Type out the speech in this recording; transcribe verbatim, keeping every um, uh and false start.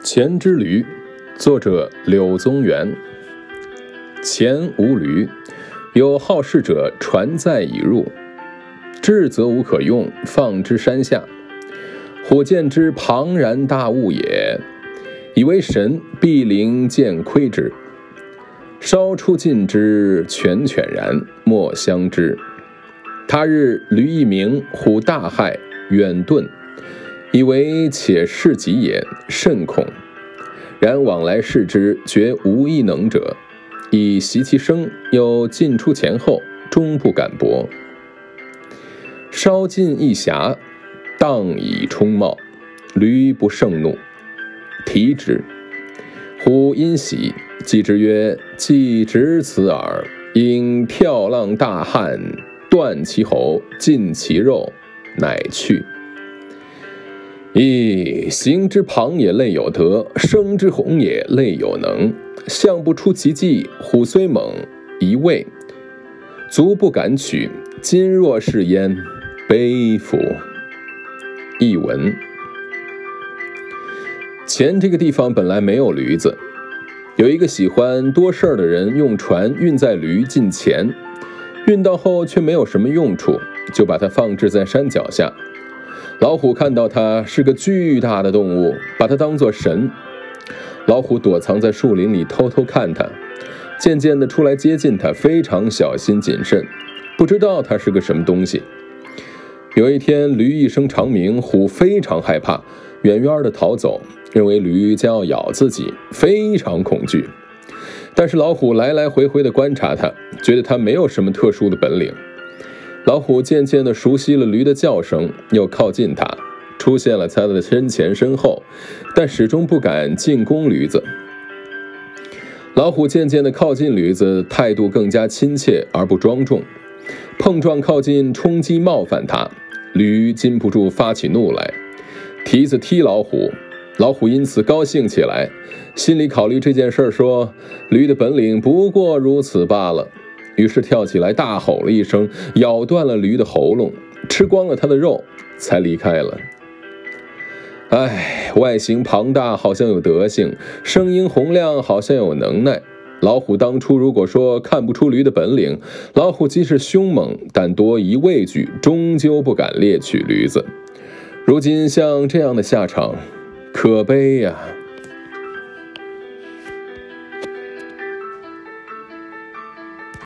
前之驴，作者柳宗元。前无驴，有好事者传载已入，至则无可用，放之山下。虎见之庞然大物也，以为神，必灵见窥之。稍出近之，犬犬然，莫相知。他日驴一鸣，虎大骇，远遁，以为且是己也，甚恐。然往来视之，觉无一能者，以习其声，又进出前后，终不敢搏。稍近一峡，荡以冲冒，驴不胜怒，提之。虎因喜，击之曰：“既止此耳！”因跳浪大汉，断其喉，尽其肉，乃去。噫！行之庞也，类有德；生之宏也，类有能。象不出其迹，虎虽猛，一畏，足不敢取。今若是焉，悲夫！译文：前这个地方本来没有驴子，有一个喜欢多事儿的人用船运载驴进前，运到后却没有什么用处，就把它放置在山脚下。老虎看到它是个巨大的动物，把它当作神。老虎躲藏在树林里偷偷看它，渐渐地出来接近它，非常小心谨慎，不知道它是个什么东西。有一天，驴一声长鸣，虎非常害怕，远远地逃走，认为驴将要咬自己，非常恐惧。但是老虎来来回回地观察它，觉得它没有什么特殊的本领。老虎渐渐地熟悉了驴的叫声，又靠近它，出现了它的身前身后，但始终不敢进攻驴子。老虎渐渐地靠近驴子，态度更加亲切而不庄重，碰撞靠近，冲击冒犯它，驴禁不住发起怒来，蹄子踢老虎。老虎因此高兴起来，心里考虑这件事，说驴的本领不过如此罢了。于是跳起来大吼了一声，咬断了驴的喉咙，吃光了它的肉，才离开了。唉，外形庞大，好像有德性；声音洪亮，好像有能耐。老虎当初如果说看不出驴的本领，老虎即使凶猛，但多疑畏惧，终究不敢猎取驴子。如今像这样的下场，可悲呀！